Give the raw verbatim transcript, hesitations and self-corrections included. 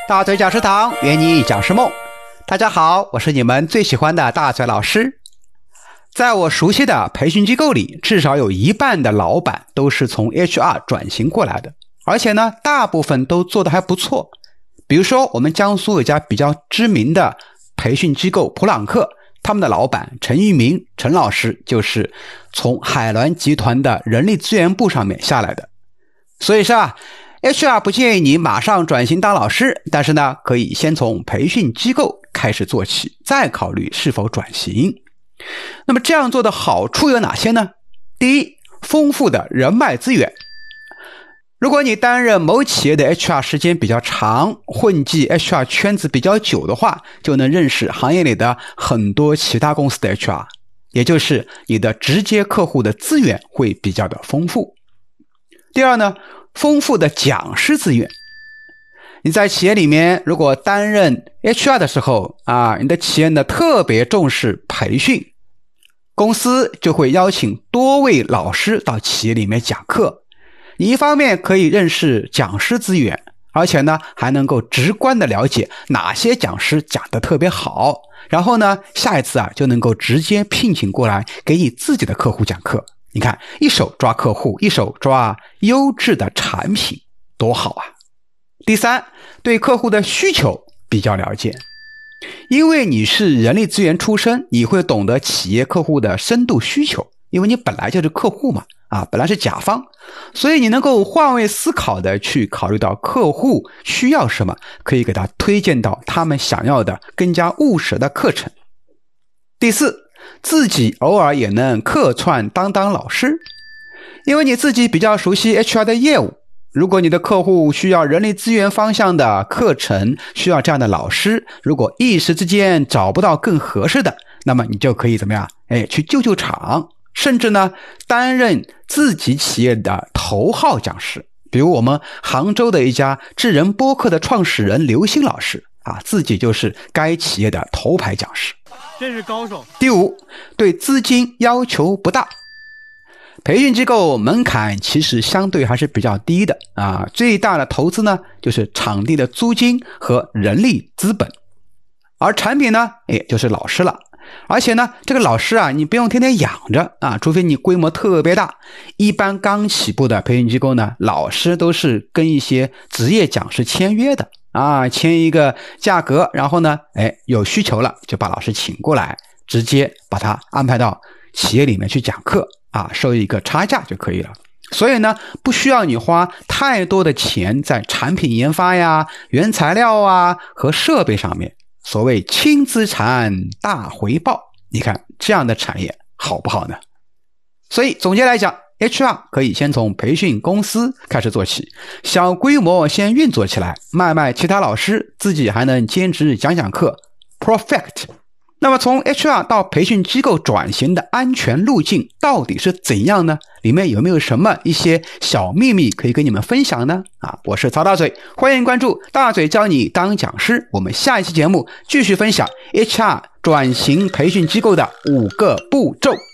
大嘴讲师堂，圆你讲师梦。大家好，我是你们最喜欢的大嘴老师。在我熟悉的培训机构里，至少有一半的老板都是从 H R 转型过来的，而且呢，大部分都做得还不错。比如说，我们江苏有家比较知名的培训机构普朗克，他们的老板陈玉明陈老师就是从海鸾集团的人力资源部上面下来的。所以说啊 H R 不建议你马上转型当老师，但是呢，可以先从培训机构开始做起，再考虑是否转型。那么这样做的好处有哪些呢？第一，丰富的人脉资源。如果你担任某企业的 H R 时间比较长，混迹 H R 圈子比较久的话，就能认识行业里的很多其他公司的 H R， 也就是你的直接客户的资源会比较的丰富。第二呢，丰富的讲师资源。你在企业里面如果担任 H R 的时候啊，你的企业呢特别重视培训，公司就会邀请多位老师到企业里面讲课。你一方面可以认识讲师资源，而且呢还能够直观的了解哪些讲师讲得特别好，然后呢下一次啊就能够直接聘请过来给你自己的客户讲课。你看，一手抓客户，一手抓优质的产品，多好啊！第三，对客户的需求比较了解。因为你是人力资源出身，你会懂得企业客户的深度需求，因为你本来就是客户嘛，啊，本来是甲方，所以你能够换位思考的去考虑到客户需要什么，可以给他推荐到他们想要的更加务实的课程。第四，自己偶尔也能客串当当老师，因为你自己比较熟悉 H R 的业务，如果你的客户需要人力资源方向的课程，需要这样的老师，如果一时之间找不到更合适的，那么你就可以怎么样？哎，去救救场，甚至呢担任自己企业的头号讲师。比如我们杭州的一家智人播客的创始人刘鑫老师啊，自己就是该企业的头牌讲师， 真是高手。 第五，对资金要求不大。培训机构门槛其实相对还是比较低的啊，最大的投资呢就是场地的租金和人力资本，而产品呢也就是老师了。而且呢，这个老师啊，你不用天天养着啊，除非你规模特别大。一般刚起步的培训机构呢，老师都是跟一些职业讲师签约的啊，签一个价格，然后呢，哎，有需求了就把老师请过来，直接把他安排到企业里面去讲课啊，收一个差价就可以了。所以呢，不需要你花太多的钱在产品研发呀、原材料啊和设备上面。所谓轻资产大回报，你看这样的产业好不好呢？所以总结来讲， H R 可以先从培训公司开始做起，小规模先运作起来，卖卖其他老师，自己还能兼职讲讲课 Perfect。 那么从 H R 到培训机构转型的安全路径到底是怎样呢？里面有没有什么一些小秘密可以跟你们分享呢？啊，我是曹大嘴，欢迎关注大嘴教你当讲师。我们下一期节目继续分享 H R 转型培训机构的五个步骤。